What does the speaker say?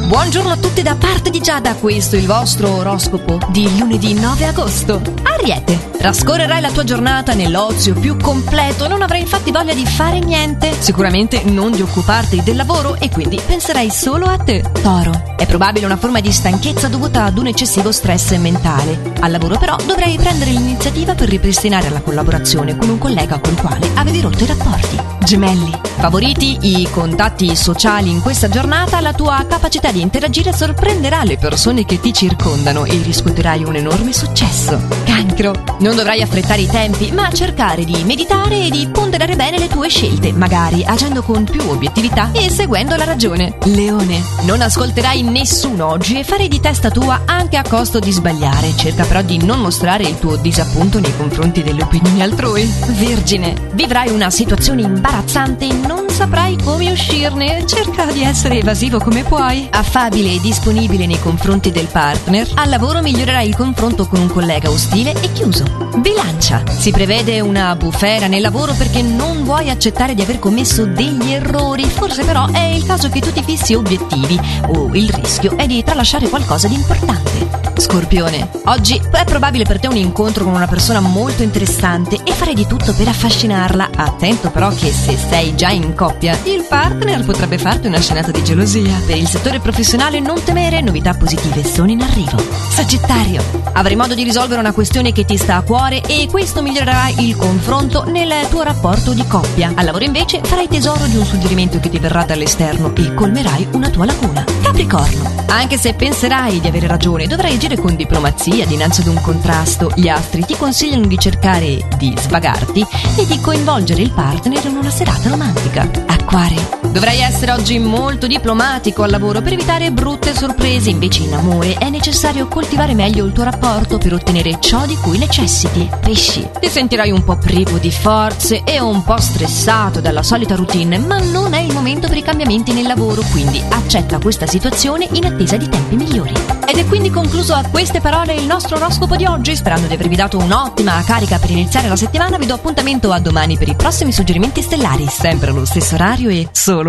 Buongiorno a tutti da parte di Giada, questo è il vostro oroscopo di lunedì 9 agosto. Ariete, trascorrerai la tua giornata nell'ozio più completo, non avrai infatti voglia di fare niente, sicuramente non di occuparti del lavoro e quindi penserai solo a te. Toro, è probabile una forma di stanchezza dovuta ad un eccessivo stress mentale. Al lavoro però dovrai prendere l'iniziativa per ripristinare la collaborazione con un collega col quale avevi rotto i rapporti. Gemelli, favoriti i contatti sociali in questa giornata, la tua capacità di interagire sorprenderà le persone che ti circondano e riscuoterai un enorme successo. Cancro, non dovrai affrettare i tempi, ma cercare di meditare e di ponderare bene le tue scelte, magari agendo con più obiettività e seguendo la ragione. Leone, non ascolterai nessuno oggi e farai di testa tua anche a costo di sbagliare, cerca però di non mostrare il tuo disappunto nei confronti delle opinioni altrui. Vergine, vivrai una situazione imbarazzante e non saprai come uscirne, cerca di essere evasivo come puoi. Affabile e disponibile nei confronti del partner, al lavoro migliorerai il confronto con un collega ostile e chiuso. Bilancia, si prevede una bufera nel lavoro perché non vuoi accettare di aver commesso degli errori, forse però è il caso che tu ti fissi obiettivi o il rischio è di tralasciare qualcosa di importante. Scorpione, oggi è probabile per te un incontro con una persona molto interessante e farai di tutto per affascinarla. Attento però che se sei già in coppia, il partner potrebbe farti una scenata di gelosia. Per il settore professionale non temere, novità positive sono in arrivo. Sagittario, avrai modo di risolvere una questione che ti sta a cuore e questo migliorerà il confronto nel tuo rapporto di coppia. Al lavoro invece farai tesoro di un suggerimento che ti verrà dall'esterno e colmerai una tua lacuna. Capricorno, anche se penserai di avere ragione, dovrai agire con diplomazia dinanzi ad un contrasto. Gli astri ti consigliano di cercare di svagarti e di coinvolgere il partner in una serata romantica. Acquario, dovrai essere oggi molto diplomatico al lavoro per evitare brutte sorprese, invece in amore è necessario coltivare meglio il tuo rapporto per ottenere ciò di cui necessiti. Pesci, ti sentirai un po' privo di forze e un po' stressato dalla solita routine, ma non è il momento per i cambiamenti nel lavoro, quindi accetta questa situazione in attesa di tempi migliori. Ed è quindi concluso a queste parole il nostro oroscopo di oggi, sperando di avervi dato un'ottima carica per iniziare la settimana. Vi do appuntamento a domani per i prossimi suggerimenti stellari, sempre allo stesso orario e solo